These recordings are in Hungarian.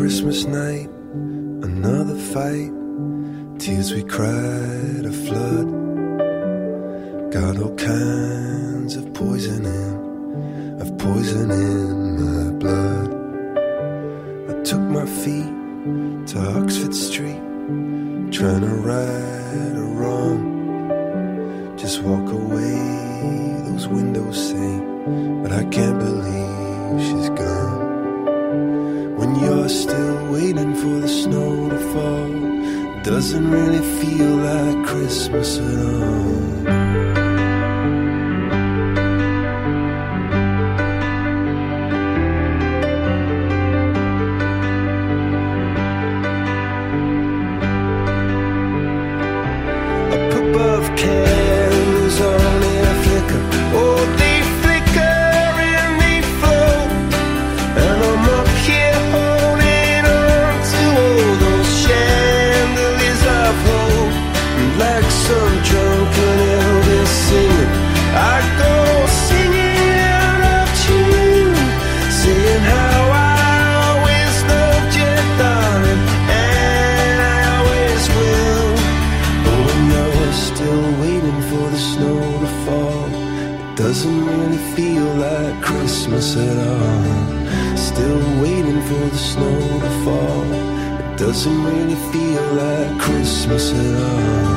Christmas night, another fight, tears we cried, a flood. Got all kinds of poison in my blood. I took my feet to Oxford Street, trying to right a wrong. Just walk away, those windows say, but I can't believe she's gone. When you're still waiting for the snow to fall, it doesn't really feel like Christmas at all. Doesn't really feel like Christmas at all. Still waiting for the snow to fall. It doesn't really feel like Christmas at all.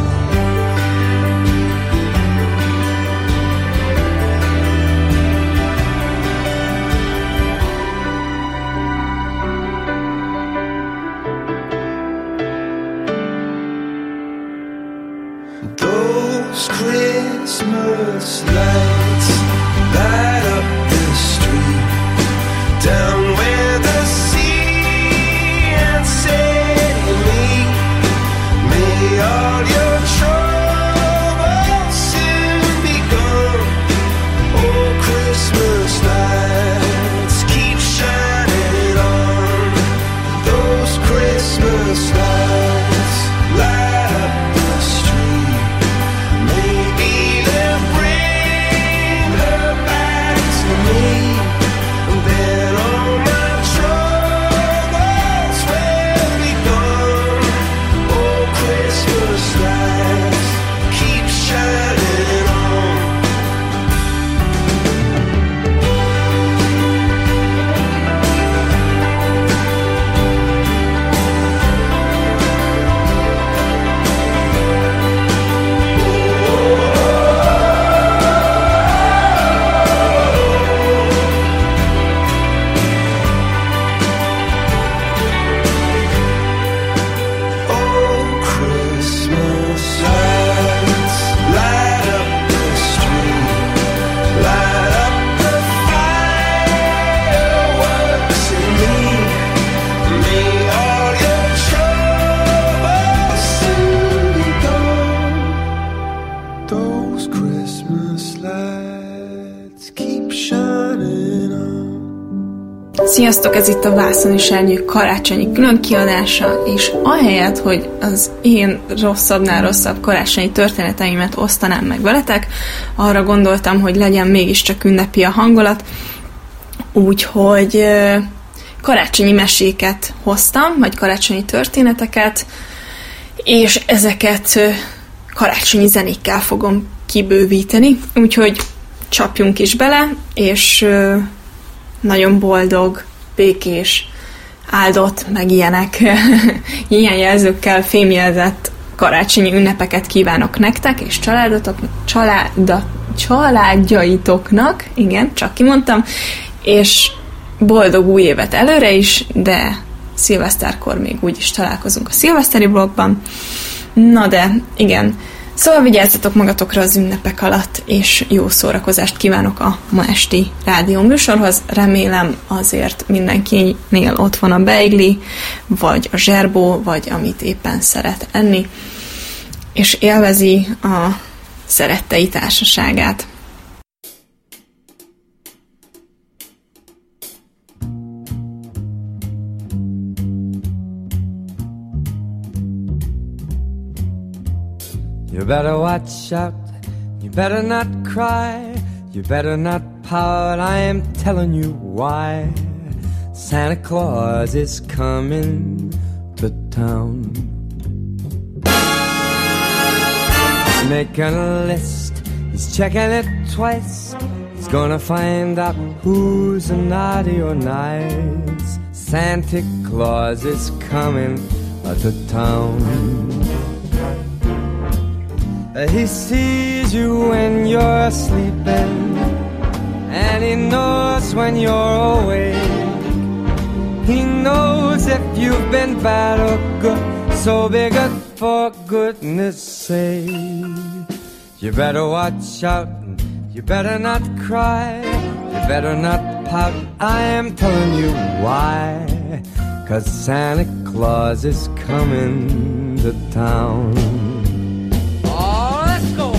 Those Christmas lights light up the street, down where the sea and say meet. May all your troubles soon be gone. Oh, Christmas lights keep shining on. Those Christmas lights light up the street. Maybe they'll bring her back to me, and then all my troubles will be gone. Oh, Christmas lights keep shining on. Oh, Christmas lights light up the street, light up the fireworks in me. May all your troubles soon be gone. Those Christmas lights keep shining on. Sziasztok, ez itt a Vászoni Sernyők karácsonyi különkiadása, és ahelyett, hogy az én rosszabbnál rosszabb karácsonyi történeteimet osztanám meg veletek, arra gondoltam, hogy legyen mégiscsak ünnepi a hangulat, úgyhogy karácsonyi meséket hoztam, vagy karácsonyi történeteket, és ezeket karácsonyi zenékkel fogom kibővíteni, úgyhogy csapjunk is bele, és nagyon boldog, békés, áldott, meg ilyenek, ilyen jelzőkkel fémjelzett karácsonyi ünnepeket kívánok nektek, és családjaitoknak, igen, csak kimondtam, és boldog új évet előre is, de szilveszterkor még úgyis találkozunk a szilveszteri vlogban. Na de, igen, szóval vigyázzatok magatokra az ünnepek alatt, és jó szórakozást kívánok a ma esti rádió műsorhoz. Remélem azért mindenkinél ott van a beigli, vagy a zserbó, vagy amit éppen szeret enni, és élvezi a szerettei társaságát. You better watch out, you better not cry, you better not pout, I am telling you why. Santa Claus is coming to town. He's making a list, he's checking it twice. He's gonna find out who's naughty or nice. Santa Claus is coming to town. He sees you when you're sleeping, and he knows when you're awake. He knows if you've been bad or good, so be good for goodness sake. You better watch out, you better not cry, you better not pout, I am telling you why. 'Cause Santa Claus is coming to town. Oh, let's go!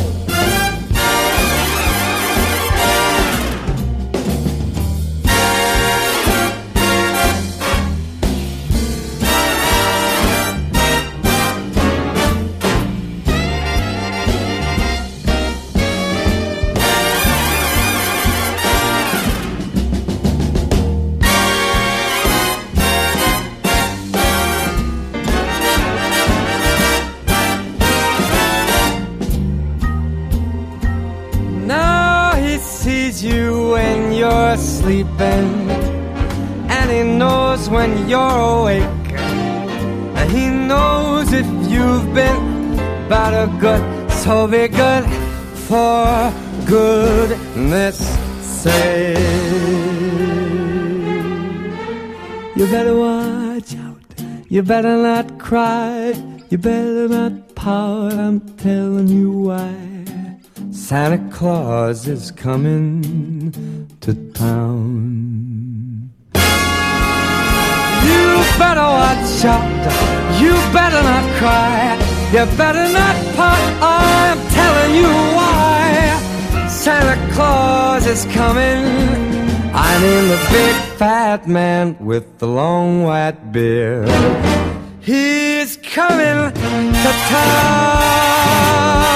You when you're sleeping, and he knows when you're awake. He knows if you've been bad or good, so be good for goodness sake. You better watch out, you better not cry, you better not pout, I'm telling you why. Santa Claus is coming to town. You better watch out, you better not cry, you better not pout, I'm telling you why. Santa Claus is coming, I mean the big fat man with the long white beard. He's coming to town.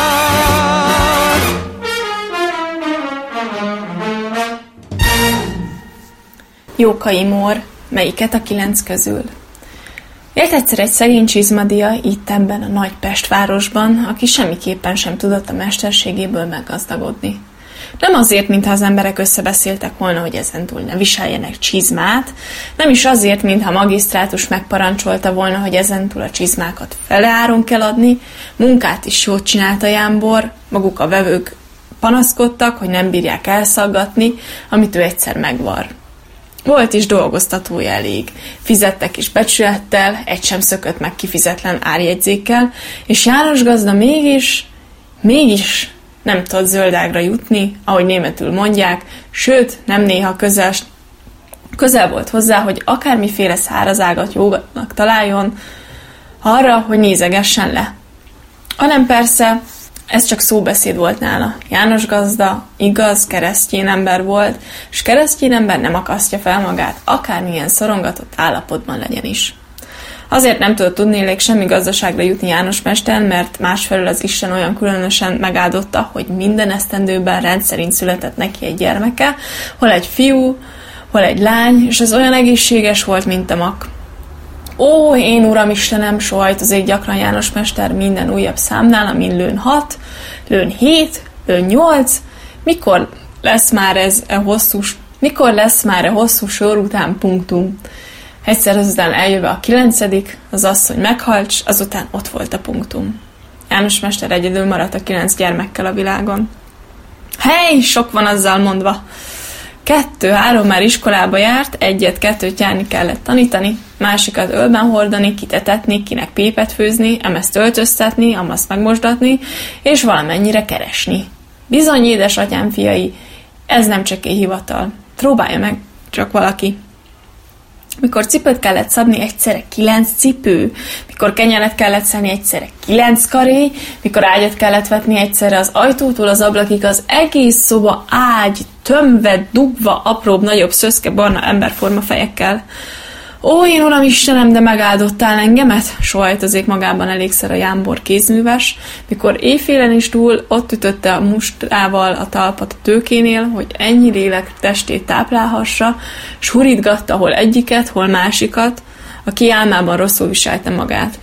Jókai Mór, melyiket a 9 közül? Élt egyszer egy szegény csizmadia itt ebben a nagy Pest városban, aki semmiképpen sem tudott a mesterségéből meggazdagodni. Nem azért, mintha az emberek összebeszéltek volna, hogy ezentúl ne viseljenek csizmát, nem is azért, mintha a magisztrátus megparancsolta volna, hogy ezentúl a csizmákat feleáron kell adni, munkát is jót csinált a jámbor, maguk a vevők panaszkodtak, hogy nem bírják elszaggatni, amit ő egyszer megvar. Volt is dolgoztatója elég, fizettek is becsülettel, egy sem szökött meg kifizetlen árjegyzékkel, és János gazda mégis nem tudott zöldágra jutni, ahogy németül mondják, sőt, nem néha közel volt hozzá, hogy akármiféle szárazágat jónak találjon arra, hogy nézegessen le. Hanem persze, ez csak szóbeszéd volt nála. János gazda igaz keresztény ember volt, és keresztény ember nem akasztja fel magát, akármilyen szorongatott állapotban legyen is. Azért nem tudott tudnélék semmi gazdaságra jutni János mester, mert másfelől az Isten olyan különösen megáldotta, hogy minden esztendőben rendszerint született neki egy gyermeke, hol egy fiú, hol egy lány, és az olyan egészséges volt, mint a mak. Ó, én Uram Istenem, sohajtozik gyakran János mester minden újabb számnál, amin lőn 6, lőn 7, lőn 8, mikor lesz már e hosszú sor után punktum. Egyszer azután eljöve a 9, az asszony meghalt, s azután ott volt a punktum. János mester egyedül maradt a 9 gyermekkel a világon. Hely, sok van azzal mondva. 2-3 már iskolába járt, 1-2 járni kellett tanítani, másikat ölben hordani, kitetetni, kinek pépet főzni, emezt öltöztetni, amazt megmosdatni, és valamennyire keresni. Bizony, édesatyám fiai, ez nem csekély hivatal. Próbálja meg csak valaki. Mikor cipőt kellett szabni, egyszerre 9 cipő. Mikor kenyeret kellett szelni, egyszerre 9 karé. Mikor ágyat kellett vetni, egyszerre az ajtótól az ablakig az egész szoba ágy, tömve, dugva, apróbb, nagyobb, szöszke, barna emberforma fejekkel. Ó, én Uram Istenem, de megáldottál engemet? Sohajtozik magában elégszer a jámbor kézműves, mikor éjfélen is túl ott ütötte a mustrával a talpat a tőkénél, hogy ennyi lélek testét táplálhassa, s hurítgatta hol egyiket, hol másikat, aki álmában rosszul viselte magát.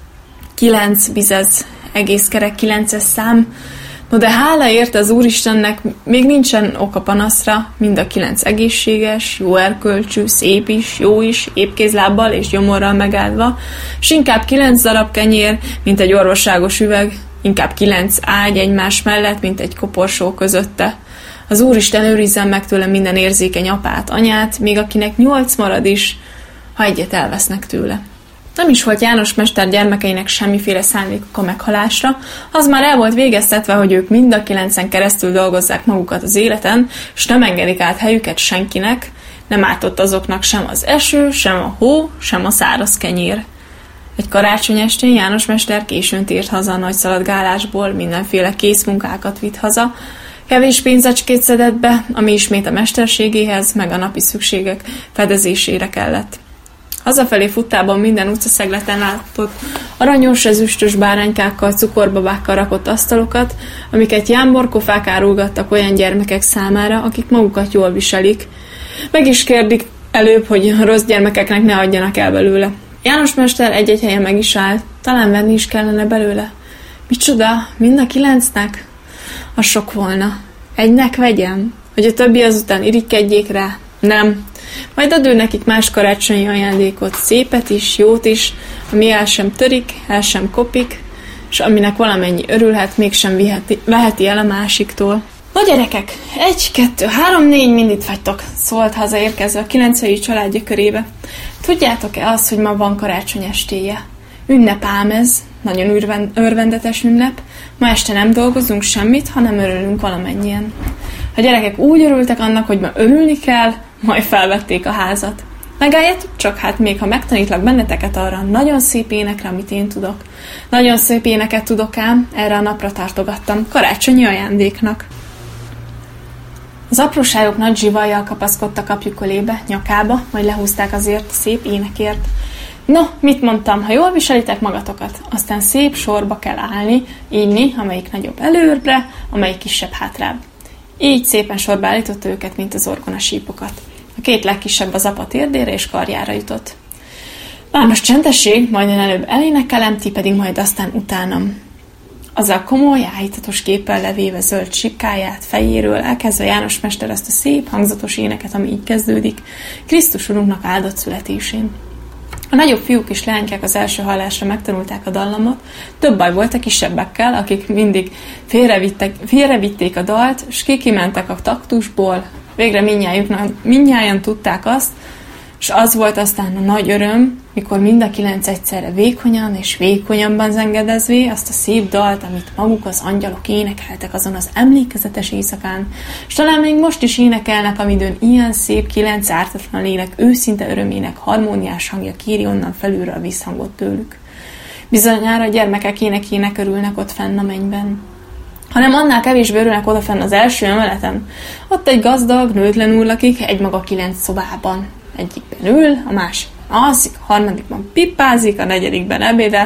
9 bizez, egész kerek 9-es szám. No de hála érte az Úristennek, még nincsen oka panaszra, mind a 9 egészséges, jó erkölcsű, szép is, jó is, épkézlábbal és gyomorral megáldva, s inkább 9 darab kenyér, mint egy orvosságos üveg, inkább 9 ágy egymás mellett, mint egy koporsó közötte. Az Úristen őrizzen meg tőle minden érzékeny apát, anyát, még akinek 8 marad is, ha egyet elvesznek tőle. Nem is volt János mester gyermekeinek semmiféle szándékuk a meghalásra, az már el volt végeztetve, hogy ők mind a 9-en keresztül dolgozzák magukat az életen, s nem engedik át helyüket senkinek, nem ártott azoknak sem az eső, sem a hó, sem a száraz kenyér. Egy karácsony estén János mester későn tért haza a nagy szaladgálásból, mindenféle készmunkákat vitt haza, kevés pénzecskét szedett be, ami ismét a mesterségéhez, meg a napi szükségek fedezésére kellett. Hazafelé futtában minden utcaszegleten látott aranyos, ezüstös báránykákkal, cukorbabákkal rakott asztalokat, amiket jámborkofák árulgattak olyan gyermekek számára, akik magukat jól viselik. Meg is kérdik előbb, hogy a rossz gyermekeknek ne adjanak el belőle. János mester egy-egy helyen meg is állt, talán venni is kellene belőle. Micsoda, mind a 9-nek? Az sok volna. Egynek vegyem? Hogy a többi azután irigykedjék rá? Nem. Majd ad ő nekik más karácsonyi ajándékot, szépet is, jót is, ami el sem törik, el sem kopik, és aminek valamennyi örülhet, mégsem veheti el a másiktól. Na gyerekek, 1, 2, 3, 4, mind itt vagytok, szólt hazaérkezve a 90 családja körébe. Tudjátok-e azt, hogy ma van karácsony estéje? Ünnep ám ez, nagyon örvendetes ünnep. Ma este nem dolgozunk semmit, hanem örülünk valamennyien. A gyerekek úgy örültek annak, hogy ma örülni kell, majd felvették a házat. Megálljatok csak, hát még ha megtanítlak benneteket arra a nagyon szép énekre, amit én tudok. Nagyon szép éneket tudok ám, erre a napra tartogattam, karácsonyi ajándéknak. Az apróságok nagy zsivajjal kapaszkodtak apjuk kölébe, nyakába, majd lehúzták azért szép énekért. No, mit mondtam, ha jól viselitek magatokat, aztán szép sorba kell állni, ígyni, amelyik nagyobb előre, amelyik kisebb hátrább. Így szépen sorba állította őket, mint az orgonasípokat. A 2 legkisebb az apa térdére és karjára jutott. Már most csendesség, majd én előbb elénekelem, ti pedig majd aztán utánam. Azzal komoly, áhítatos képpel levéve zöld sipkáját fejéről, elkezdve János mester ezt a szép, hangzatos éneket, ami így kezdődik, Krisztus Urunknak áldott születésén. A nagyobb fiúk és leánykák az első hallásra megtanulták a dallamot, több baj volt a kisebbekkel, akik mindig félrevitték a dalt, s kimentek a taktusból, végre mindnyájan tudták azt, és az volt aztán a nagy öröm, mikor mind a 9 egyszerre vékonyan és vékonyabban zengedezvé azt a szép dalt, amit maguk az angyalok énekeltek azon az emlékezetes éjszakán, és talán még most is énekelnek, amidőn ilyen szép 9 ártatlan lélek őszinte örömének harmóniás hangja kéri onnan felülről a visszhangot tőlük. Bizonyára a gyermekek énekének örülnek ott fenn a mennyben. Hanem annál kevésbé örülnek odafenn az első emeleten. Ott egy gazdag, nőtlen úr lakik, egymaga 9 szobában. Egyikben ül, a másik alszik, a harmadikban pipázik, a negyedikben ebédel.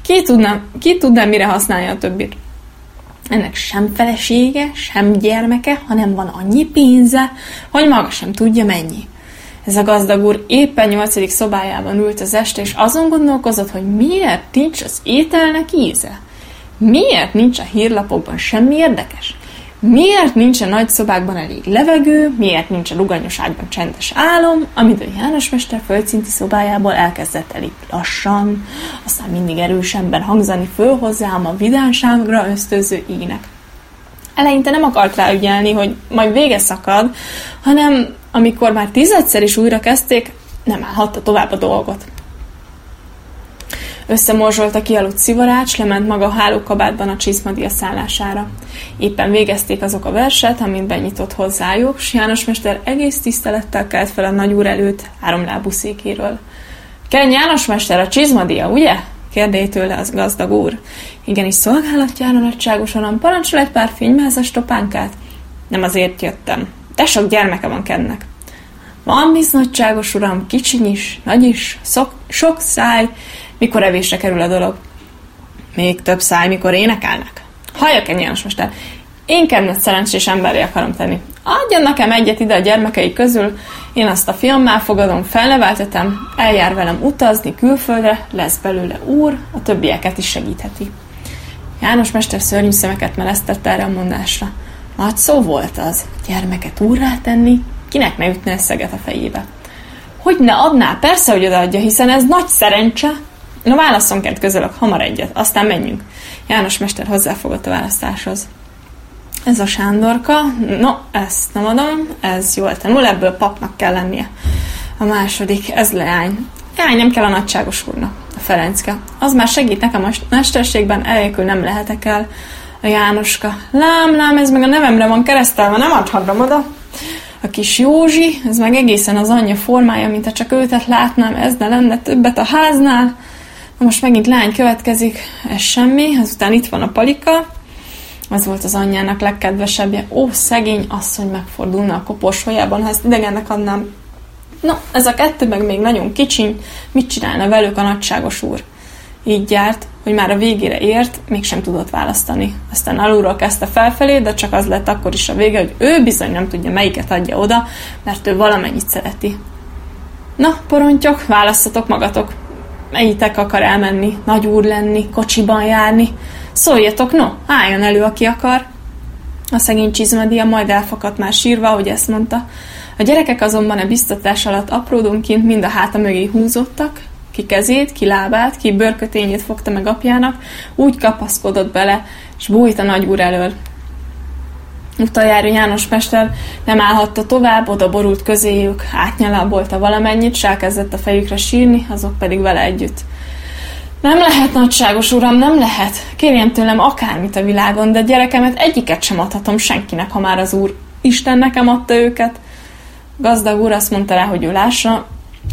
Ki tudná, mire használja a többit? Ennek sem felesége, sem gyermeke, hanem van annyi pénze, hogy maga sem tudja mennyi. Ez a gazdag úr éppen 8. szobájában ült az este, és azon gondolkozott, hogy miért nincs az ételnek íze. Miért nincs a hírlapokban semmi érdekes? Miért nincs a nagy szobákban elég levegő? Miért nincs a ruganyos ágyban csendes álom, amit a János mester földszinti szobájából elkezdett elég lassan, aztán mindig erősebben hangzani föl hozzám a vidánságra ösztönző ének. Eleinte nem akart rá ügyelni, hogy majd vége szakad, hanem amikor már 10-szer is újra kezdték, nem állhatta tovább a dolgot. Összemorzsolt a kialudt szivarács, lement maga a hálókabátban a csizmadia szállására. Éppen végezték azok a verset, amit benyitott hozzájuk, s János mester egész tisztelettel kelt fel a nagyúr előtt 3 lábú székéről. Kenj, János mester, a csizmadia, ugye? Kérdé tőle az gazdag úr. Igenis szolgálatjára nagyságosan, parancsol egy pár fénymázas topánkát? Nem azért jöttem. De sok gyermeke van Kennek. Van biznatságos uram, kicsiny is, nagy is, sok száj, mikor evésre kerül a dolog. Még több száj, mikor énekelnek. Hallja, János mester, én kedves szerencsés emberré akarom tenni. Adjon nekem egyet ide a gyermekei közül, én azt a fiammá fogadom, felneveltetem, eljár velem utazni külföldre, lesz belőle úr, a többieket is segítheti. János mester szörnyű szemeket melesztett erre a mondásra. Nagy szó volt az, gyermeket úrrá tenni, kinek ne ütne szeget a fejébe. Hogy ne adná? Persze, hogy odaadja, hiszen ez nagy szerencse. No, válaszonként közölök hamar egyet, aztán menjünk. János mester hozzáfogott a választáshoz. Ez a Sándorka, no, ezt nem adom, ez jól tanul, ebből papnak kell lennie. A második, ez leány. Leány nem kell a nagyságos úrnak, a Ferencke. Az már segít nekem a mesterségben, elélkül nem lehetek el. A Jánoska, lám, ez meg a nevemre van keresztelve, nem adhatom oda. A kis Józsi, ez meg egészen az anyja formája, mint ha csak őtet látnám, ez ne lenne többet a háznál. Na most megint lány következik, ez semmi, azután itt van a Palika, az volt az anyjának legkedvesebbje. Ó, szegény asszony megfordulna a koporsójában, ha ezt idegennek adnám. No, ez a kettő meg még nagyon kicsiny, mit csinálna velük a nagyságos úr? Így járt, hogy már a végére ért, mégsem tudott választani. Aztán alulról kezdte felfelé, de csak az lett akkor is a vége, hogy ő bizony nem tudja, melyiket adja oda, mert ő valamennyit szereti. Na, porontyok, választatok magatok. Melyitek akar elmenni, nagy úr lenni, kocsiban járni? Szóljatok, no, álljon elő, aki akar. A szegény Csizmadia majd elfakadt már sírva, ahogy ezt mondta. A gyerekek azonban a biztatás alatt apródonként mind a háta mögé húzottak, ki kezét, ki lábát, ki bőrkötényét fogta meg apjának, úgy kapaszkodott bele, és bújt a nagyúr elől. Utoljára János mester nem állhatta tovább, oda borult közéjük, átnyalábolta valamennyit, s elkezdett a fejükre sírni, azok pedig vele együtt. Nem lehet, nagyságos uram, nem lehet. Kérjen tőlem akármit a világon, de gyerekemet egyiket sem adhatom senkinek, ha már az úr Isten nekem adta őket. Gazdag úr azt mondta rá, hogy ő lássa,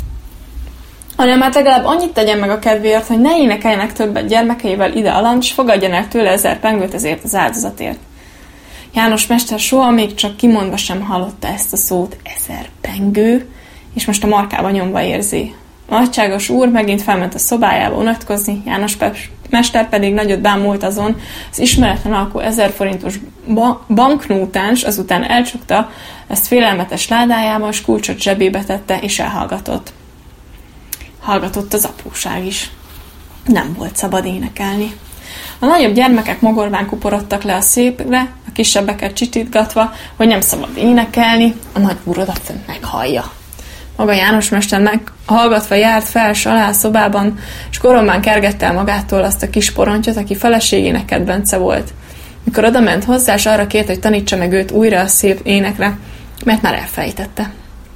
hanem hát legalább annyit tegyen meg a kedvéért, hogy ne énekeljenek többet gyermekeivel ide alant, s fogadjon el tőle 1000 pengőt ezért az áldozatért. János mester soha még csak kimondva sem hallotta ezt a szót, 1000 pengő, és most a markába nyomva érzi. A nagyságos úr megint felment a szobájába unatkozni, János mester pedig nagyot bámult azon, az ismeretlen alkú 1000 forintos banknótán, s azután elcsukta ezt félelmetes ládájába, s kulcsot zsebébe tette, és elhallgatott. Hallgatott az apróság is. Nem volt szabad énekelni. A nagyobb gyermekek mogorván kuporodtak le a szépre, a kisebbeket csitítgatva, hogy nem szabad énekelni, a nagy úr odafönt meghallja. Maga János mester meghallgatva járt fel s alá a szobában, és korombán kergette el magától azt a kis porontyot, aki feleségének kedvence volt. Mikor oda ment hozzá, és arra kért, hogy tanítsa meg őt újra a szép énekre, mert már elfelejtette.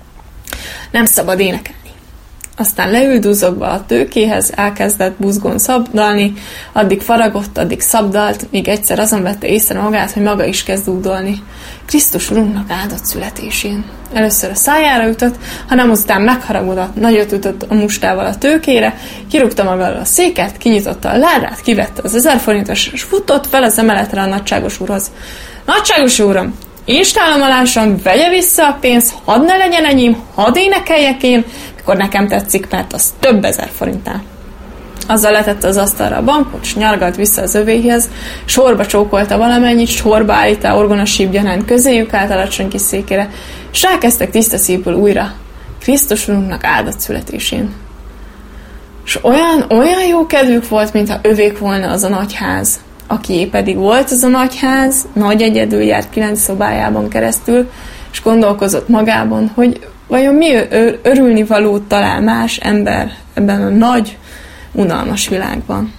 Nem szabad énekelni. Aztán leült duzzogva a tőkéhez, elkezdett buzgón szabdalni, addig faragott, addig szabdalt, míg egyszer azon vette észre magát, hogy maga is kezd dúdolni. Krisztus Urunknak áldott születésén. Először a szájára ütött, hanem aztán megharagudott, nagyot ütött a mustával a tőkére, kirúgta maga a széket, kinyitotta a ládát, kivette az 1000 forintos, és futott fel az emeletre a nagyságos úrhoz. Nagyságos úram! Installom alásom, vegye vissza a pénzt, hadd ne legyen enyém, hadd énekeljek én, mikor nekem tetszik, mert az több 1000 forintnál. Azzal letette az asztalra a bankot, s nyargalt vissza az övéhez, sorba csókolta valamennyit, sorba állítá orgonasíp gyanánt közéjük állt alacsony kis székére, és rákezdtek tiszta szívből újra, Krisztus Urunknak áldott születésén. És olyan jó kedvük volt, mintha övék volna az a nagy ház. Akié pedig volt az a nagy ház, nagy egyedül járt 9 szobájában keresztül, és gondolkozott magában, hogy vajon mi örülni valót talál más ember ebben a nagy, unalmas világban.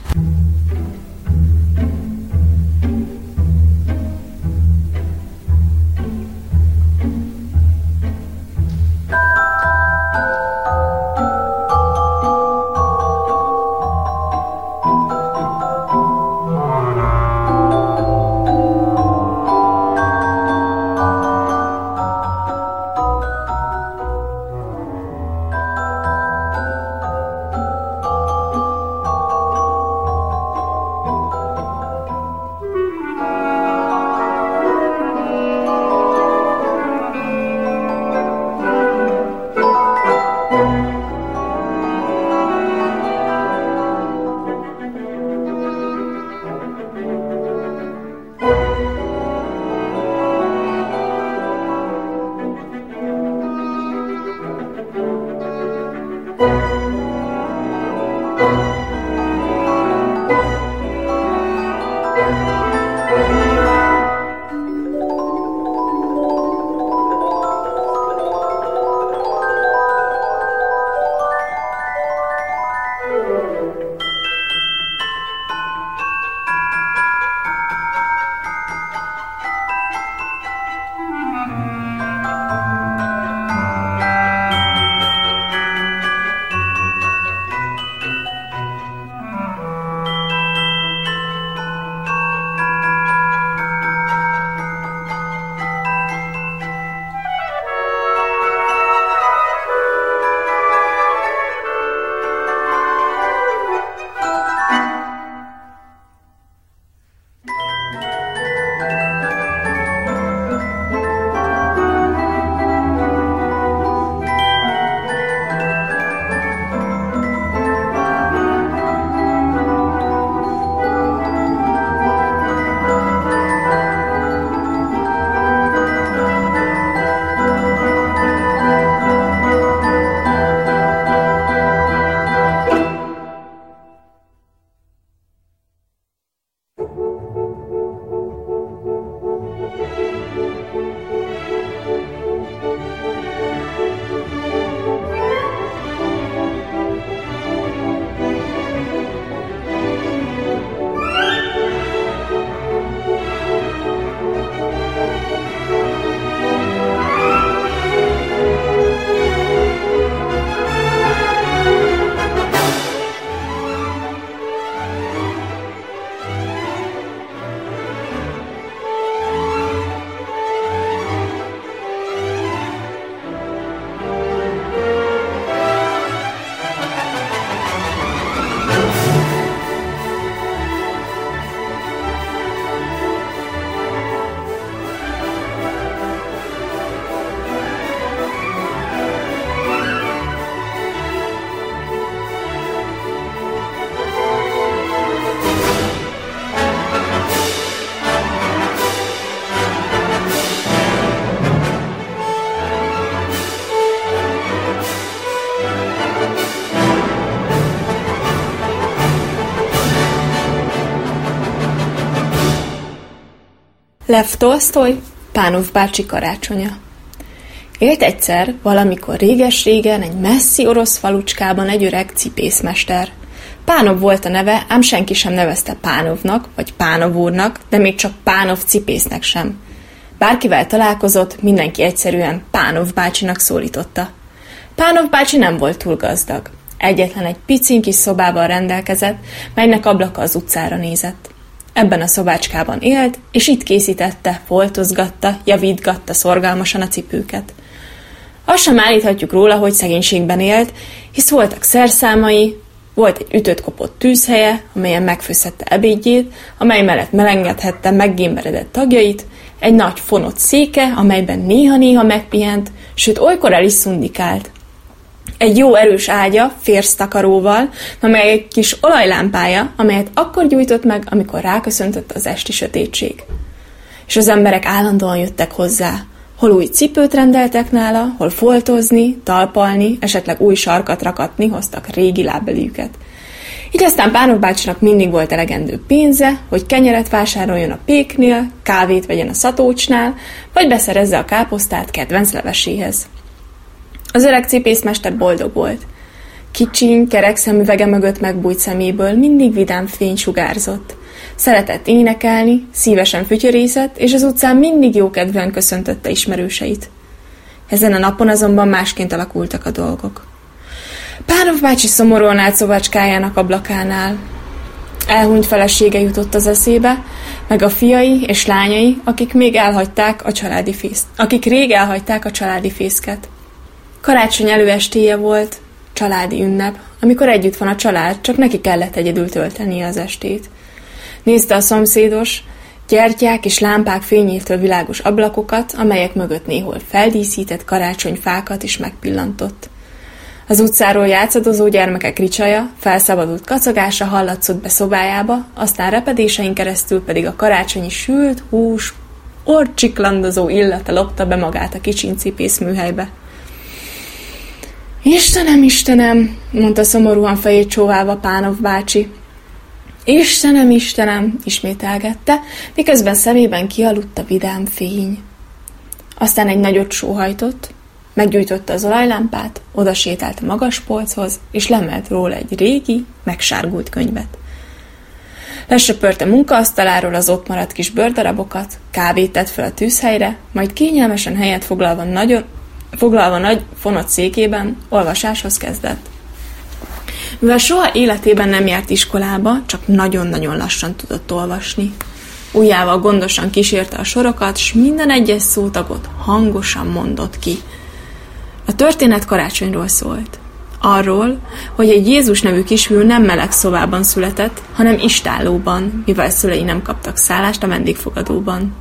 Lev Tolsztoj, Pánov bácsi karácsonya. Élt egyszer, valamikor réges-régen egy messzi orosz falucskában egy öreg cipészmester. Pánov volt a neve, ám senki sem nevezte Pánovnak, vagy Pánov úrnak, de még csak Pánov cipésznek sem. Bárkivel találkozott, mindenki egyszerűen Pánov bácsinak szólította. Pánov bácsi nem volt túl gazdag. Egyetlen egy picin kis szobával rendelkezett, melynek ablaka az utcára nézett. Ebben a szobácskában élt, és itt készítette, foltozgatta, javítgatta szorgalmasan a cipőket. Azt sem állíthatjuk róla, hogy szegénységben élt, hisz voltak szerszámai, volt egy ütött-kopott tűzhelye, amelyen megfőzhette ebédjét, amely mellett melengedhette meggémberedett tagjait, egy nagy fonott széke, amelyben néha-néha megpihent, sőt olykor el is szundikált. Egy jó erős ágya, férsztakaróval, amely egy kis olajlámpája, amelyet akkor gyújtott meg, amikor ráköszöntött az esti sötétség. És az emberek állandóan jöttek hozzá. Hol új cipőt rendeltek nála, hol foltozni, talpalni, esetleg új sarkat rakatni hoztak régi lábbeliüket. Így aztán Pánov bácsinak mindig volt elegendő pénze, hogy kenyeret vásároljon a péknél, kávét vegyen a szatócsnál, vagy beszerezze a káposztát kedvenc leveséhez. Az öreg cipészmester boldog volt. Kicsiny, kerek szemüvege mögött megbújt szeméből mindig vidám fény sugárzott. Szeretett énekelni, szívesen fütyörészett, és az utcán mindig jókedvűen köszöntötte ismerőseit. Ezen a napon azonban másként alakultak a dolgok. Pánov bácsi szomorúan állt szobácskájának ablakánál. Elhunyt felesége jutott az eszébe, meg a fiai és lányai, akik rég elhagyták a családi fészket. Karácsony előestéje volt, családi ünnep, amikor együtt van a család, csak neki kellett egyedül töltenie az estét. Nézte a szomszédos, gyertyák és lámpák fényétől világos ablakokat, amelyek mögött néhol feldíszített karácsonyfákat is megpillantott. Az utcáról játszadozó gyermekek ricsaja, felszabadult kacagása hallatszott be szobájába, aztán repedésein keresztül pedig a karácsonyi sült hús, orcsiklandozó illata lopta be magát a kicsiny cipészműhelybe. Istenem, Istenem, mondta szomorúan fejét csóválva Pánov bácsi. Istenem, Istenem, ismételgette, miközben szemében kialudt a vidám fény. Aztán egy nagyot sóhajtott, meggyújtotta az olajlámpát, oda sétált a magas polchoz, és lemelt róla egy régi, megsárgult könyvet. Lesöpörte munkaasztaláról az ott maradt kis bőrdarabokat, kávét tett fel a tűzhelyre, majd kényelmesen helyet foglalva nagy fonott székében olvasáshoz kezdett. Mivel soha életében nem járt iskolába, csak nagyon-nagyon lassan tudott olvasni. Ujjával gondosan kísérte a sorokat, s minden egyes szótagot hangosan mondott ki. A történet karácsonyról szólt. Arról, hogy egy Jézus nevű kisfiú nem meleg szobában született, hanem istállóban, mivel szülei nem kaptak szállást a vendégfogadóban.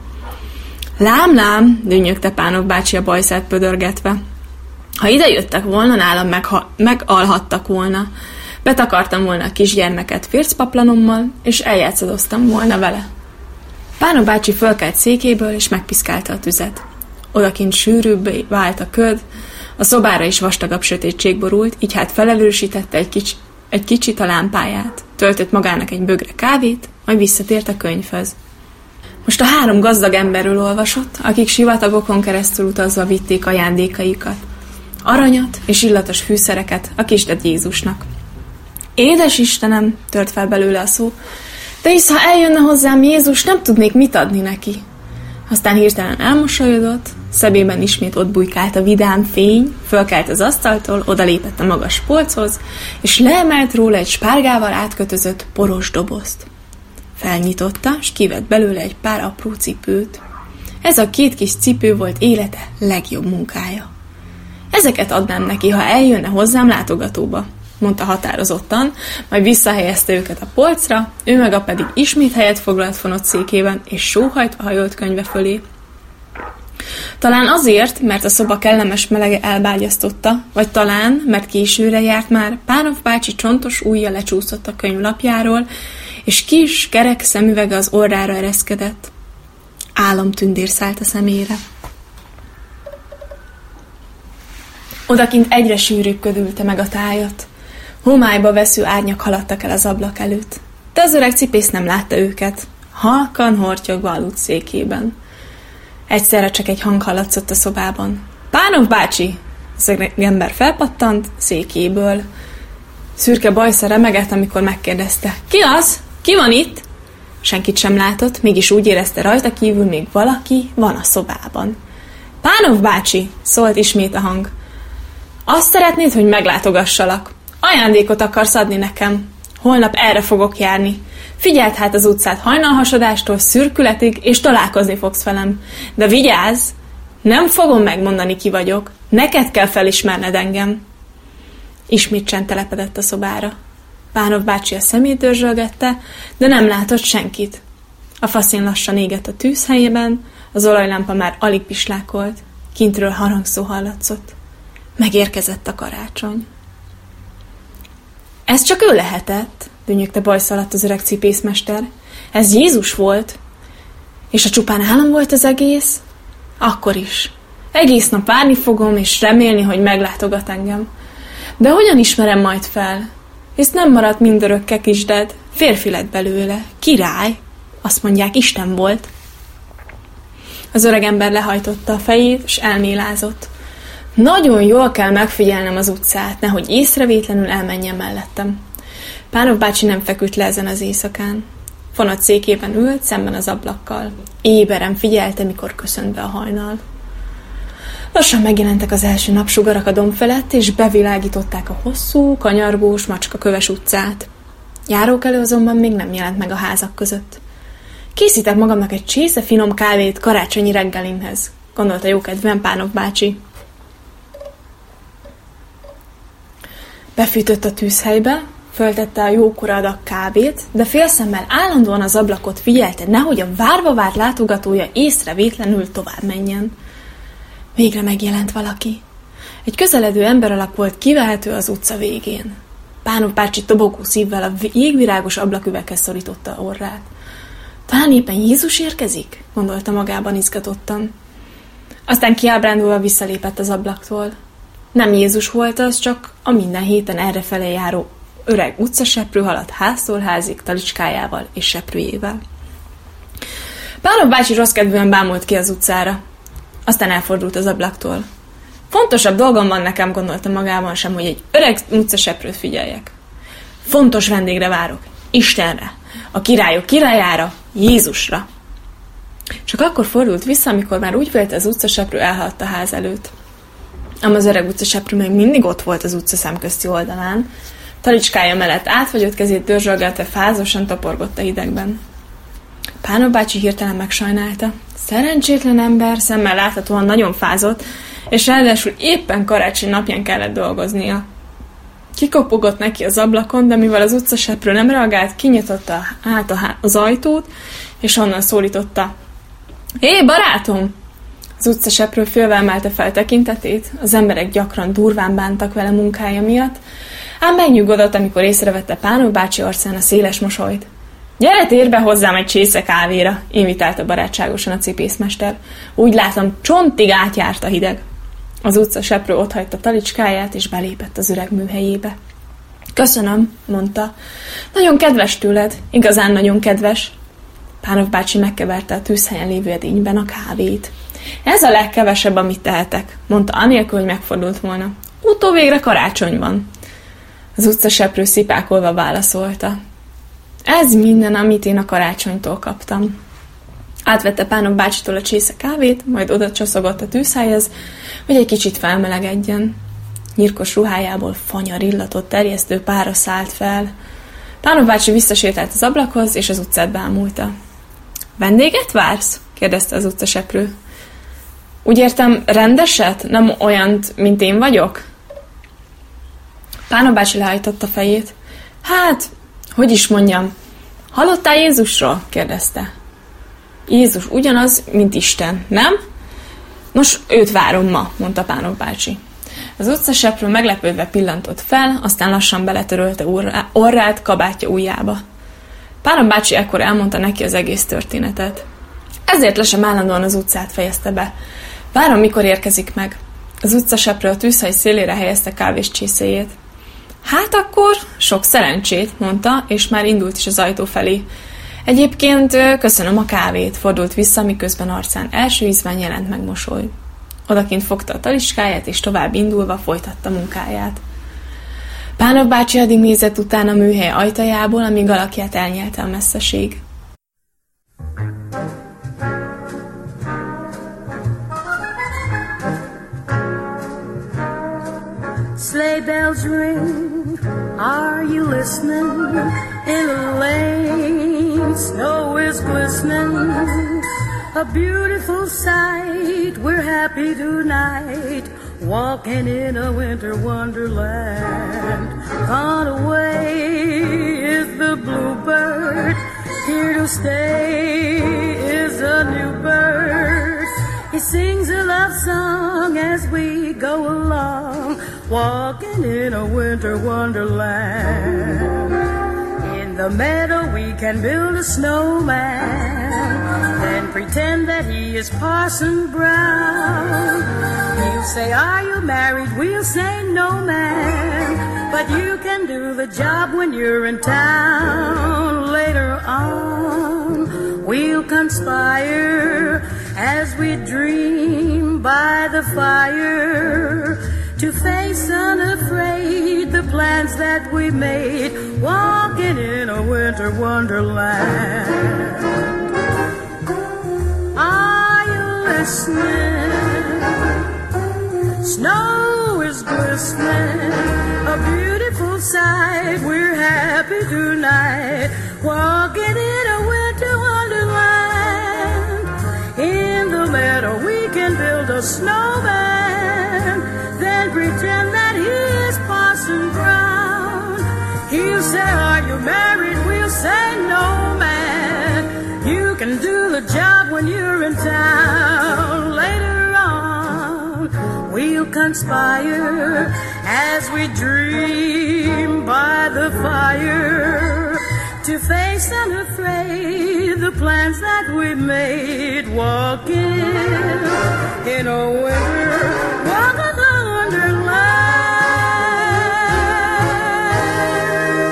Lám, dünnyögte Pánov bácsi a bajszát pödörgetve. Ha ide jöttek volna, nálam megalhattak volna. Betakartam volna a kisgyermeket fércpaplanommal, és eljátszadoztam volna vele. Pánov bácsi fölkelt székéből, és megpiszkálta a tüzet. Odakint sűrűbbé vált a köd, a szobára is vastagabb sötétség borult, így hát felerősítette egy kicsit a lámpáját. Töltött magának egy bögre kávét, majd visszatért a könyvhöz. Most a 3 gazdag emberről olvasott, akik sivatagokon keresztül utazva vitték ajándékaikat. Aranyat és illatos fűszereket a kisded Jézusnak. Édes Istenem, tört fel belőle a szó, de hisz, ha eljönne hozzám Jézus, nem tudnék mit adni neki. Aztán hirtelen elmosolyodott, szemében ismét ott bujkált a vidám fény, fölkelt az asztaltól, odalépett a magas polchoz, és leemelt róla egy spárgával átkötözött poros dobozt. Felnyitotta, s kivett belőle egy pár apró cipőt. Ez a 2 kis cipő volt élete legjobb munkája. Ezeket adnám neki, ha eljönne hozzám látogatóba, mondta határozottan, majd visszahelyezte őket a polcra, ő maga pedig ismét helyet foglalt fonott székében, és sóhajtva hajolt könyve fölé. Talán azért, mert a szoba kellemes melege elbágyasztotta, vagy talán, mert későre járt már, Pánov bácsi csontos ujja lecsúszott a könyv lapjáról, és kis, kerek szemüvege az orrára ereszkedett. Álomtündér szállt a szemére. Odakint egyre sűrűbb ködülte meg a tájat. Homályba vesző árnyak haladtak el az ablak előtt. De az öreg cipész nem látta őket. Halkan hortyogva aludt székében. Egyszerre csak egy hang hallatszott a szobában. Pánov bácsi! Az ember felpattant székéből. Szürke bajsza remegett, amikor megkérdezte. Ki az? Ki van itt? Senkit sem látott, mégis úgy érezte, rajta kívül még valaki van a szobában. Pánov bácsi! Szólt ismét a hang. Azt szeretnéd, hogy meglátogassalak. Ajándékot akarsz adni nekem. Holnap erre fogok járni. Figyeld hát az utcát hajnalhasadástól szürkületig, és találkozni fogsz velem. De vigyázz! Nem fogom megmondani, ki vagyok. Neked kell felismerned engem. Ismét csend telepedett a szobára. Pánov bácsi a szemét dörzsölgette, de nem látott senkit. A faszén lassan égett a tűzhelyében, az olajlámpa már alig pislákolt. Kintről harangszó hallatszott. Megérkezett a karácsony. Ez csak ő lehetett, dünnyögte bajsza alatt az öreg cipészmester. Ez Jézus volt. És a csupán álom volt az egész? Akkor is. Egész nap várni fogom, és remélni, hogy meglátogat engem. De hogyan ismerem majd fel? Hisz nem maradt mindörökké kisded. Férfi lett belőle. Király. Azt mondják, Isten volt. Az öreg ember lehajtotta a fejét, és elmélázott. Nagyon jól kell megfigyelnem az utcát, nehogy észrevétlenül elmenjen mellettem. Pánov bácsi nem feküdt le ezen az éjszakán. Fonott székében ült, szemben az ablakkal. Éberen figyelte, mikor köszönt be a hajnal. Lassan megjelentek az első napsugarak a domb felett, és bevilágították a hosszú, kanyargós, macskaköves utcát. Járókelő azonban még nem jelent meg a házak között. Készítek magamnak egy csésze finom kávét karácsonyi reggelimhez, gondolta jókedvűen Pánov bácsi. Befűtött a tűzhelybe, föltette a jókora adag kávét, de félszemmel állandóan az ablakot figyelte, nehogy a várva várt látogatója észrevétlenül tovább menjen. Végre megjelent valaki. Egy közeledő ember alak volt kivehető az utca végén. Pánov bácsi tobogó szívvel a jégvirágos ablaküveghez szorította orrát. Talán éppen Jézus érkezik? Gondolta magában izgatottan. Aztán kiábrándulva visszalépett az ablaktól. Nem Jézus volt az, csak a minden héten errefele járó öreg utcaseprő haladt háztól házig talicskájával és seprőjével. Pánov bácsi rossz kedvűen bámult ki az utcára. Aztán elfordult az ablaktól. Fontosabb dolgom van nekem, gondolta magában sem, hogy egy öreg utcaseprőt figyeljek. Fontos vendégre várok. Istenre. A királyok királyára, Jézusra. Csak akkor fordult vissza, amikor már úgy vélte, az utcaseprő elhaladt a ház előtt. Ám az öreg utcaseprő még mindig ott volt az utca szemközti oldalán. Talicskája mellett átfagyott kezét dörzsölgetve fázosan toporgott a hidegben. Pánov bácsi hirtelen megsajnálta. Szerencsétlen ember, szemmel láthatóan nagyon fázott, és ráadásul éppen karácsony napján kellett dolgoznia. Kikopogott neki az ablakon, de mivel az utcaseprő nem reagált, kinyitotta át az ajtót, és onnan szólította. Hé, barátom! Az utcaseprő félve emelte fel tekintetét, az emberek gyakran durván bántak vele munkája miatt, ám megnyugodott, amikor észrevette Pánov bácsi arcán a széles mosolyt. Gyere, térj be hozzám egy csésze kávéra, invitálta barátságosan a cipészmester. Úgy látom, csontig átjárt a hideg. Az utcaseprő otthagyta talicskáját, és belépett az öreg műhelyébe. Köszönöm, mondta. Nagyon kedves tőled, igazán nagyon kedves. Pánov bácsi megkeverte a tűzhelyen lévő edényben a kávét. Ez a legkevesebb, amit tehetek, mondta anélkül, hogy megfordult volna. Utóvégre karácsony van. Az utcaseprő szipákolva válaszolta. Ez minden, amit én a karácsonytól kaptam. Átvette Pánov bácsitól a csésze kávét, majd oda csoszogott a tűzhelyhez, hogy egy kicsit felmelegedjen. Nyírkos ruhájából fanyar illatot terjesztő pára szállt fel. Pánov bácsi visszasétált az ablakhoz, és az utcát bámulta. Vendéget vársz? kérdezte az utcaseprő. Úgy értem, rendeset? Nem olyant, mint én vagyok? Pánov bácsi lehajtotta fejét. Hát, hogy is mondjam, hallottál Jézusról? kérdezte. Jézus ugyanaz, mint Isten, nem? Nos, őt várom ma, mondta Pánov bácsi. Az utcaseprő meglepődve pillantott fel, aztán lassan beletörölte orrát kabátja ujjába. Pánov bácsi ekkor elmondta neki az egész történetet. Ezért le sem állandóan az utcát fejezte be. Várom, mikor érkezik meg. Az utcaseprő a tűzhely szélére helyezte kávés csészéjét. Hát akkor sok szerencsét, mondta, és már indult is az ajtó felé. Egyébként köszönöm a kávét, fordult vissza, miközben arcán első ízben jelent meg mosoly. Odakint fogta a taliskáját, és tovább indulva folytatta munkáját. Pánov bácsi addig nézett utána a műhely ajtajából, amíg alakját elnyelte a messzeség. Sleigh bells ring, are you listening? In the lane, snow is glistening. A beautiful sight, we're happy tonight, walking in a winter wonderland. Gone away is the bluebird, here to stay is a new bird. He sings a love song as we go along, walking in a winter wonderland. In the meadow we can build a snowman, then pretend that he is Parson Brown. He'll say, are you married? We'll say, no, man. But you can do the job when you're in town. Later on, we'll conspire as we dream by the fire, to face unafraid the plans that we made, walking in a winter wonderland. Are you listening? Snow is glistening, a beautiful sight. We're happy tonight, walking in a winter wonderland. In the meadow we can build a snowman, then pretend that he is Parson Brown. He'll say, are you married? We'll say, no, man. You can do the job when you're in town. Later on, we'll conspire as we dream by the fire, to face unafraid the plans that we made, walking in a winter wonderland.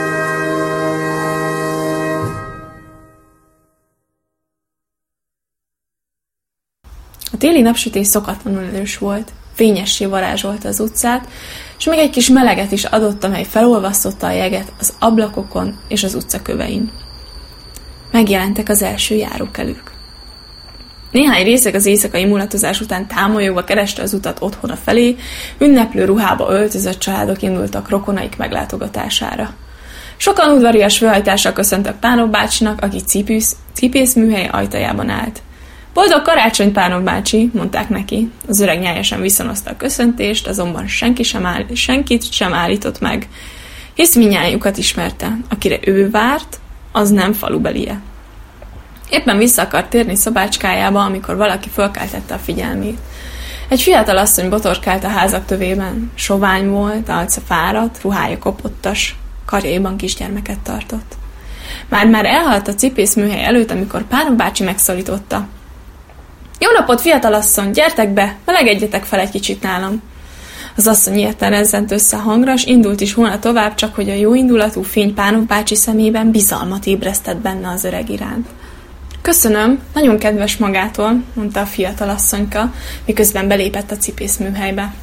A téli napsütés szokatlanul erős volt, fényessé varázsolta az utcát, és még egy kis meleget is adott, amely felolvasztotta a jeget az ablakokon és az utcakövein. Megjelentek az első járókelők. Néhány részeg az éjszakai mulatozás után támolyogva kereste az utat otthona felé, ünneplő ruhába öltözött családok indultak rokonaik meglátogatására. Sokan udvarias fölhajtással köszöntek Pánok bácsinak, aki cipészműhely ajtajában állt. Boldog karácsony, Pánok bácsi, mondták neki. Az öreg nyájasan viszonozta a köszöntést, azonban senkit sem állított meg, hisz mindnyájukat ismerte. Akire ő várt, az nem falubelie. Éppen vissza akart térni szobácskájába, amikor valaki fölkeltette a figyelmét. Egy fiatal asszony botorkált a házak tövében. Sovány volt, arca fáradt, ruhája kopottas, karjaiban kisgyermeket tartott. Már elhalt a cipészműhely előtt, amikor Pánok bácsi megszólította. Jó napot, fiatalasszony, gyertek be, melegedjetek fel egy kicsit nálam. Az asszony ilyetten rezzent össze hangra, s indult is volna tovább, csak hogy a jóindulatú fény Pánok bácsi szemében bizalmat ébresztett benne az öreg iránt. Köszönöm, nagyon kedves magától, mondta a fiatalasszonyka, miközben belépett a cipészműhelybe.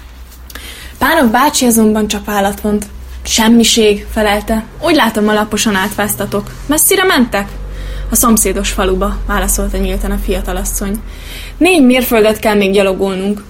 Pánok bácsi azonban csak vállat vont. Semmiség, felelte. Úgy látom, alaposan átváztatok. Messzire mentek? A szomszédos faluba, válaszolta nyíltan a fiatalasszony. 4 mérföldet kell még gyalogolnunk.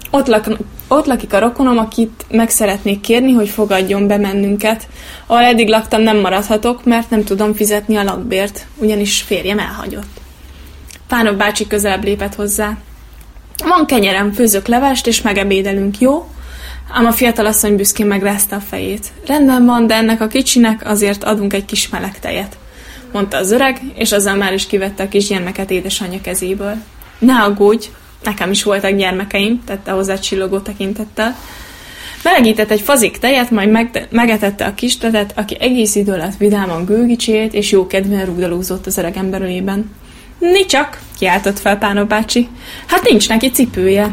Ott lakik a rokonom, akit meg szeretnék kérni, hogy fogadjon be bennünket. Ahol eddig laktam, nem maradhatok, mert nem tudom fizetni a lakbért, ugyanis férjem elhagyott. Pánok bácsi közelebb lépett hozzá. Van kenyerem, főzök levest, és megebédelünk, jó? Ám a fiatalasszony büszkén megrázta a fejét. Rendben van, de ennek a kicsinek azért adunk egy kis meleg tejet, mondta az öreg, és azzal már is kivette a kisgyermeket édesanyja kezéből. Ne aggódj, nekem is voltak gyermekeim, tette hozzá csillogó tekintettel. Melegített egy fazik tejet, majd megetette a kisletet, aki egész idő alatt vidáman gőgicsélt, és jókedvűen rugdalózott az öreg ember ölében. Nicsak, kiáltott fel Pánok bácsi. Hát nincs neki cipője.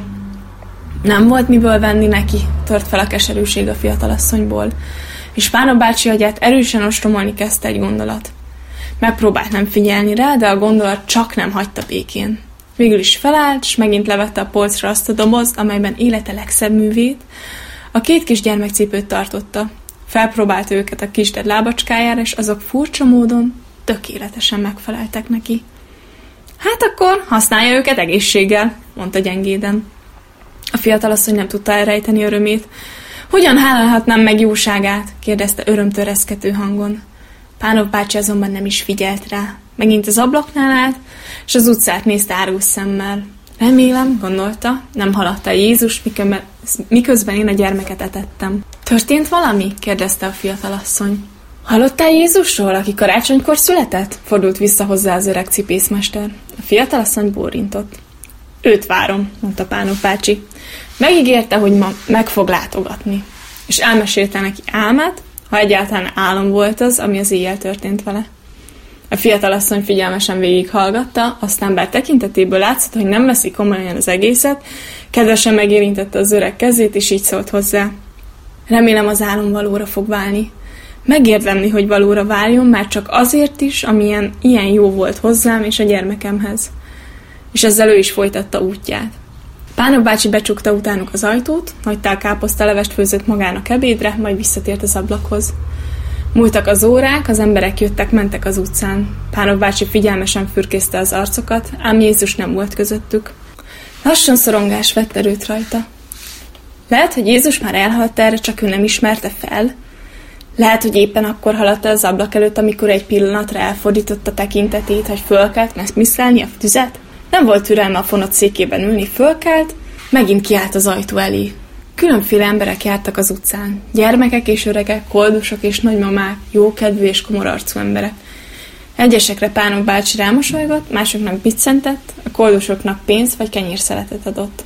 Nem volt miből venni neki, tört fel a keserűség a fiatalasszonyból, és Pánok bácsi agyát erősen ostromolni kezdte egy gondolat. Megpróbált nem figyelni rá, de a gondolat csak nem hagyta békén. Végül is felállt, és megint levette a polcra azt a dobozt, amelyben élete legszebb művét. A 2 kis gyermekcipőt tartotta. Felpróbálta őket a kisded lábacskájára, és azok furcsa módon tökéletesen megfeleltek neki. Hát akkor használja őket egészséggel, mondta gyengéden. A fiatalasszony nem tudta elrejteni örömét. Hogyan hálálhatnám meg jóságát? Kérdezte örömtöreszkető hangon. Pánok bácsi azonban nem is figyelt rá. Megint az ablaknál állt, és az utcát nézte árgus szemmel. Remélem, gondolta, nem halatta Jézus, miközben én a gyermeket etettem. Történt valami? Kérdezte a fiatalasszony. Hallottál Jézusról, aki karácsonykor született? Fordult vissza hozzá az öreg cipészmester. A fiatalasszony bólintott. Őt várom, mondta Pánok bácsi. Megígérte, hogy ma meg fog látogatni. És elmesélte neki álmát, ha egyáltalán álom volt az, ami az éjjel történt vele. A fiatalasszony figyelmesen végighallgatta, aztán bár tekintetéből látszott, hogy nem veszi komolyan az egészet, kedvesen megérintette az öreg kezét, és így szólt hozzá. Remélem az álom valóra fog válni. Megérdemli, hogy valóra váljon, már csak azért is, amilyen ilyen jó volt hozzám és a gyermekemhez. És ezzel ő is folytatta útját. Pánok bácsi becsukta utánuk az ajtót, hagyta a káposztalevest főzött magának ebédre, majd visszatért az ablakhoz. Múltak az órák, az emberek jöttek-mentek az utcán. Pánok bácsi figyelmesen fürkészte az arcokat, ám Jézus nem volt közöttük. Lassan szorongás vett erőt rajta. Lehet, hogy Jézus már elhalt erre, csak ő nem ismerte fel. Lehet, hogy éppen akkor haladt el az ablak előtt, amikor egy pillanatra elfordította tekintetét, hogy fölkelt megszmisszelni a tüzet. Nem volt türelme a fonott székében ülni, fölkelt, megint kiállt az ajtó elé. Különféle emberek jártak az utcán. Gyermekek és öregek, koldusok és nagymamák, jókedvű és komorarcú emberek. Egyesekre Pánok bácsi rámosolygott, másoknak biccentett, a koldusoknak pénzt vagy kenyérszeletet adott.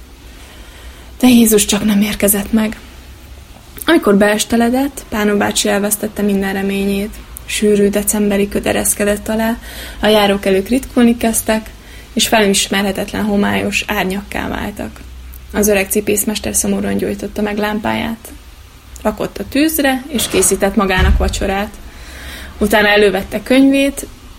De Jézus csak nem érkezett meg. Amikor beesteledett, Pánok bácsi elvesztette minden reményét. Sűrű decemberi köd ereszkedett alá, a járókelők ritkulni kezdtek, és felismerhetetlen homályos árnyakká váltak. Az öreg cipészmester szomorúan gyújtotta meg lámpáját. Rakott a tűzre, és készített magának vacsorát. Utána elővette könyvét,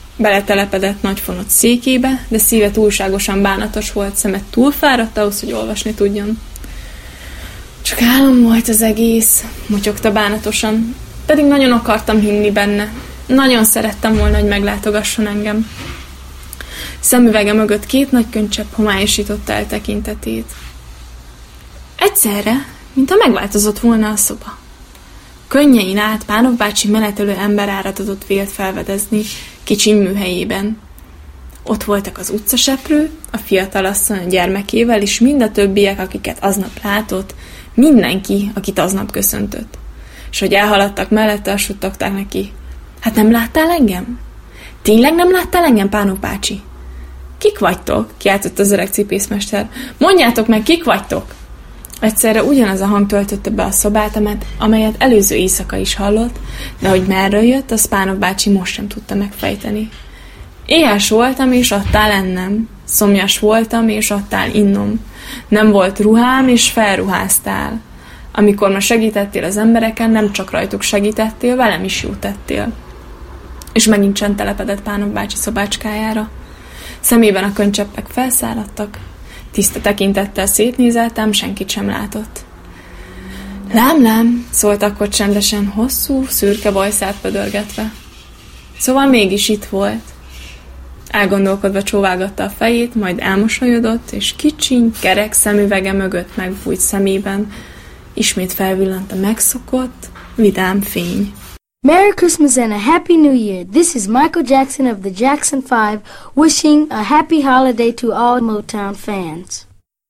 Beletelepedett nagyfonott székébe, de szíve túlságosan bánatos volt, szeme túlfáradt ahhoz, hogy olvasni tudjon. Csak álom volt az egész, motyogta bánatosan, pedig nagyon akartam hinni benne. Nagyon szerettem volna, hogy meglátogasson engem. Szemüvege mögött 2 nagy könycsepp homályosította el tekintetét. Egyszerre, mintha megváltozott volna a szoba. Könnyein át Pánov bácsi menetelő emberáratatot vélt felvedezni kicsiny műhelyében. Ott voltak az utcaseprő, a fiatalasszony a gyermekével, és mind a többiek, akiket aznap látott, mindenki, akit aznap köszöntött. És hogy elhaladtak mellette, azt suttogták neki. Hát nem láttál engem? Tényleg nem láttál engem, Pánov bácsi? Kik vagytok? Kiáltott az öreg cipészmester. Mondjátok meg, kik vagytok? Egyszerre ugyanaz a hang töltötte be a szobát, amelyet előző éjszaka is hallott, de hogy merről jött, az Pánov bácsi most sem tudta megfejteni. Éhes voltam, és adtál ennem. Szomjas voltam, és adtál innom. Nem volt ruhám, és felruháztál. Amikor ma segítettél az embereken, nem csak rajtuk segítettél, velem is jót tettél. És megint csend telepedett Pánov bácsi szobácskájára. Szemében a könycseppek felszáradtak. Tiszta tekintettel szétnézeltem, senkit sem látott. Lám, szólt akkor csendesen, hosszú, szürke bajszát pödörgetve. Szóval mégis itt volt. Elgondolkodva csóválgatta a fejét, majd elmosolyodott, és kicsiny, kerek szemüvege mögött megbújt szemében ismét felvillant a megszokott, vidám fény. Merry Christmas and a Happy New Year. This is Michael Jackson of the Jackson 5 wishing a happy holiday to all Motown fans.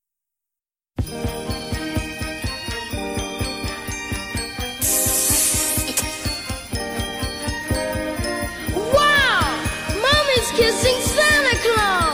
Wow! Mommy's kissing Santa Claus!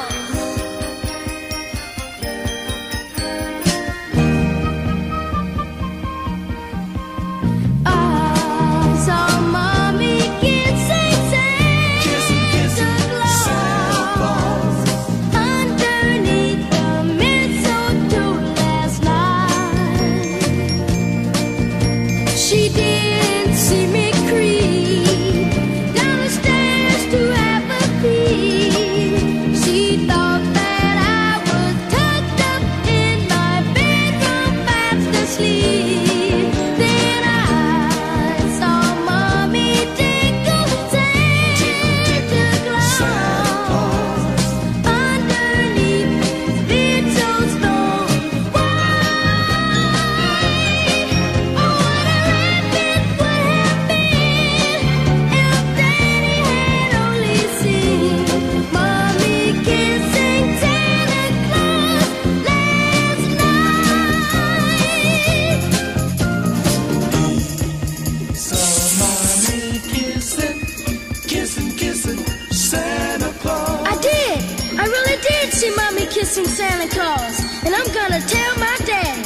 Kissing Santa Claus, and I'm gonna tell my dad.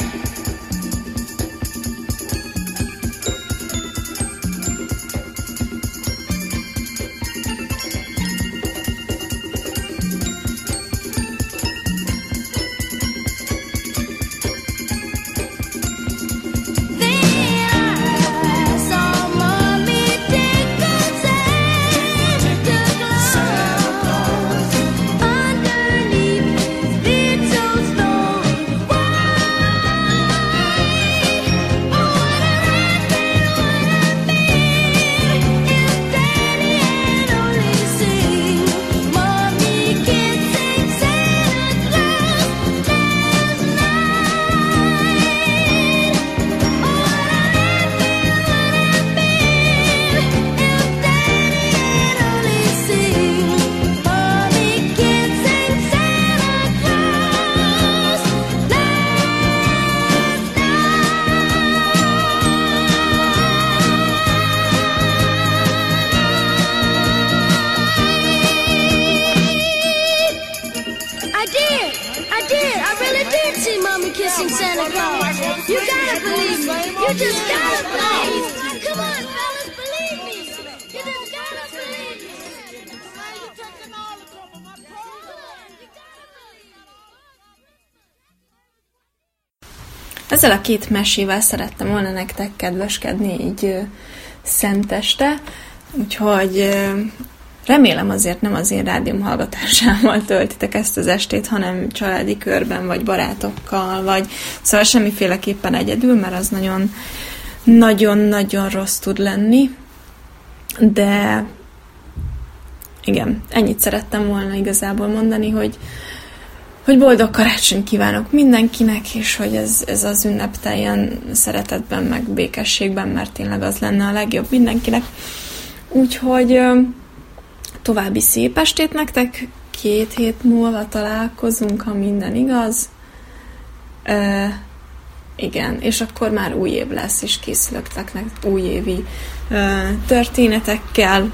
Kissing Santa Claus. You gotta believe me. You just gotta believe me. Come on, fellas, believe me. You just gotta believe me. Ezzel a 2 mesével szerettem volna nektek kedveskedni így szenteste, úgyhogy Remélem azért nem az én rádióm hallgatásával töltitek ezt az estét, hanem családi körben, vagy barátokkal, vagy szóval semmiféleképpen egyedül, mert az nagyon-nagyon rossz tud lenni. De igen, ennyit szerettem volna igazából mondani, hogy boldog karácsonyt kívánok mindenkinek, és hogy ez az ünnep teljen szeretetben, meg békességben, mert tényleg az lenne a legjobb mindenkinek. Úgyhogy további szép estét nektek, 2 hét múlva találkozunk, ha minden igaz. Igen, és akkor már új év lesz, és készülök újévi történetekkel,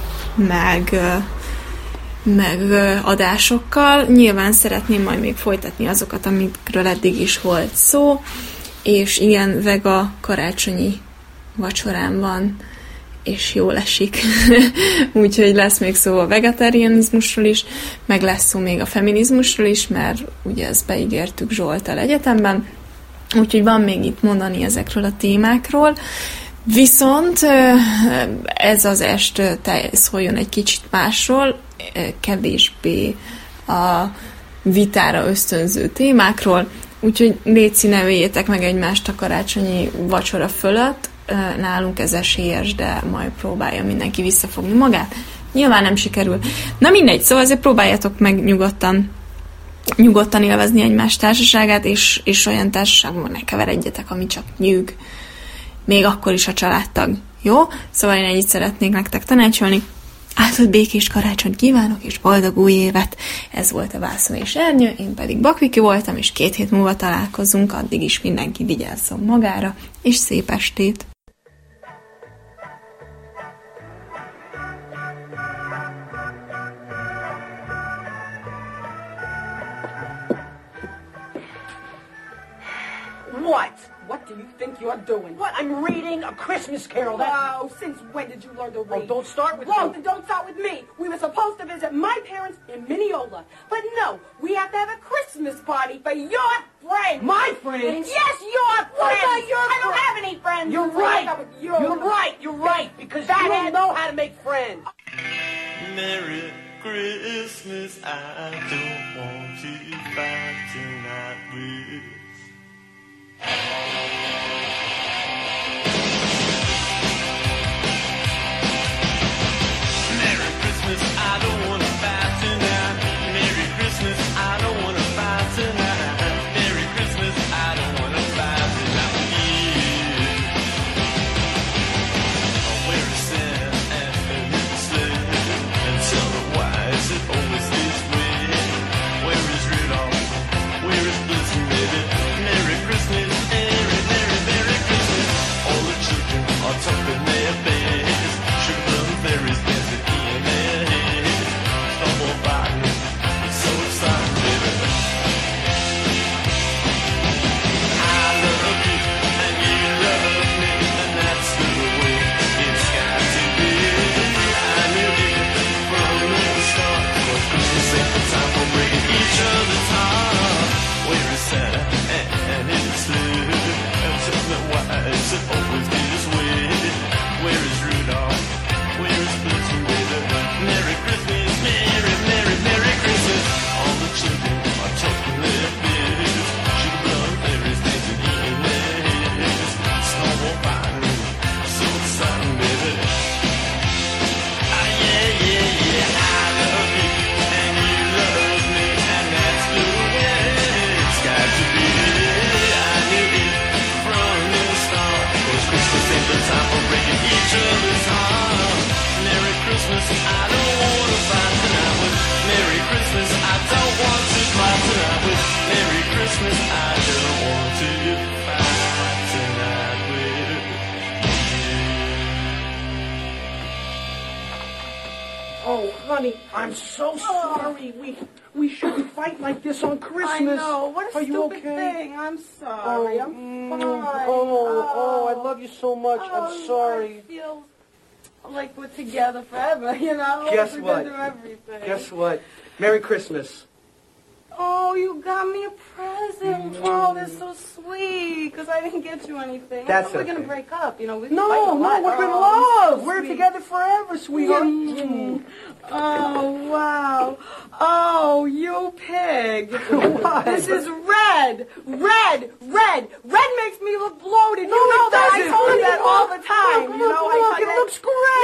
meg adásokkal. Nyilván szeretném majd még folytatni azokat, amikről eddig is volt szó, és igen, vega karácsonyi vacsorám van, és jól esik. Úgyhogy lesz még szó a vegetarianizmusról is, meg lesz szó még a feminizmusról is, mert ugye ezt beígértük Zsolttal egyetemben. Úgyhogy van még itt mondani ezekről a témákról. Viszont ez az est szóljon egy kicsit másról, kevésbé a vitára ösztönző témákról, úgyhogy léci ne öljétek meg egymást a karácsonyi vacsora fölött, nálunk ez esélyes, de majd próbálja mindenki visszafogni magát. Nyilván nem sikerül. Na mindegy, szóval azért próbáljátok meg nyugodtan élvezni egymás társaságát, és olyan társaságban ne keveredjetek, ami csak nyűg. Még akkor is a családtag. Jó? Szóval én ennyit szeretnék nektek tanácsolni. Áldott békés karácsonyt kívánok, és boldog új évet! Ez volt a Vászon és Ernyő, én pedig Bakviki voltam, és 2 hét múlva találkozunk, addig is mindenki vigyázzon magára, és szép estét! What? What do you think you're doing? What? I'm reading A Christmas Carol. Wow, since when did you learn to read? Oh, don't start with Whoa, me. then don't start with me. We were supposed to visit my parents in Mineola. But no, we have to have a Christmas party for your friends. My friends? Yes, your friends. What about your I don't friends? have any friends. You're So right. I got with your- You're right. Because you don't know how to make friends. Merry Christmas, I don't want to fight tonight with. Merry Christmas, I don't want to fight tonight. Merry Christmas, I don't want to fight tonight. Merry Christmas, I don't want to fight tonight with you. Where is Santa and his sled? And tell me why is it always this way? Where is Rudolph? Where is Blitzen, baby? Merry Christmas, Merry Christmas. All the children are tucked in their beds. Sugar plum fairies dancing in their heads. Stumble fighting, it's so exciting, baby. I love you, and you love me, and that's the way it's got to be. I knew it from the start. Was Christmas ain't the time for breaking each other's heart. Where is Santa and his sled? And tell me why is it always this way? Where is Rudolph? Where is Blitzen, baby? Merry Christmas, Merry Christmas. All the children are tucking their beds. Sugar plum fairies dancing in their heads. Snowball fighting, so exciting, baby. Ah, yeah, I love you, and you love me, and that's the way it's got to be. I knew it from the start. 'Cause Christmas ain't the time for breaking each other's heart. Merry Christmas, I don't want to fight tonight with. Merry Christmas, I don't want to fight tonight with. Merry Christmas, I don't want to fight tonight with you. Oh, honey, I'm so sorry. We shouldn't fight like this on Christmas. I know. What a Are you stupid okay? thing. I'm sorry. I'm fine. I love you so much. I'm sorry. I feel like we're together forever, you know? Guess We've what? been through everything. Guess what? Merry Christmas. Oh, you got me a present. Oh, that's so sweet. Because I didn't get you anything. That's I thought we're okay. going to break up. You know, we No, fight a lot. we're in Oh, love. so We're sweet. together forever, sweetheart. Oh, wow. Oh, you pig. What? This is red. Red. Red makes me look bloated. No, you know it that. I doesn't. told you that Look, all the time. Look, you know, I look, tell it you looks great.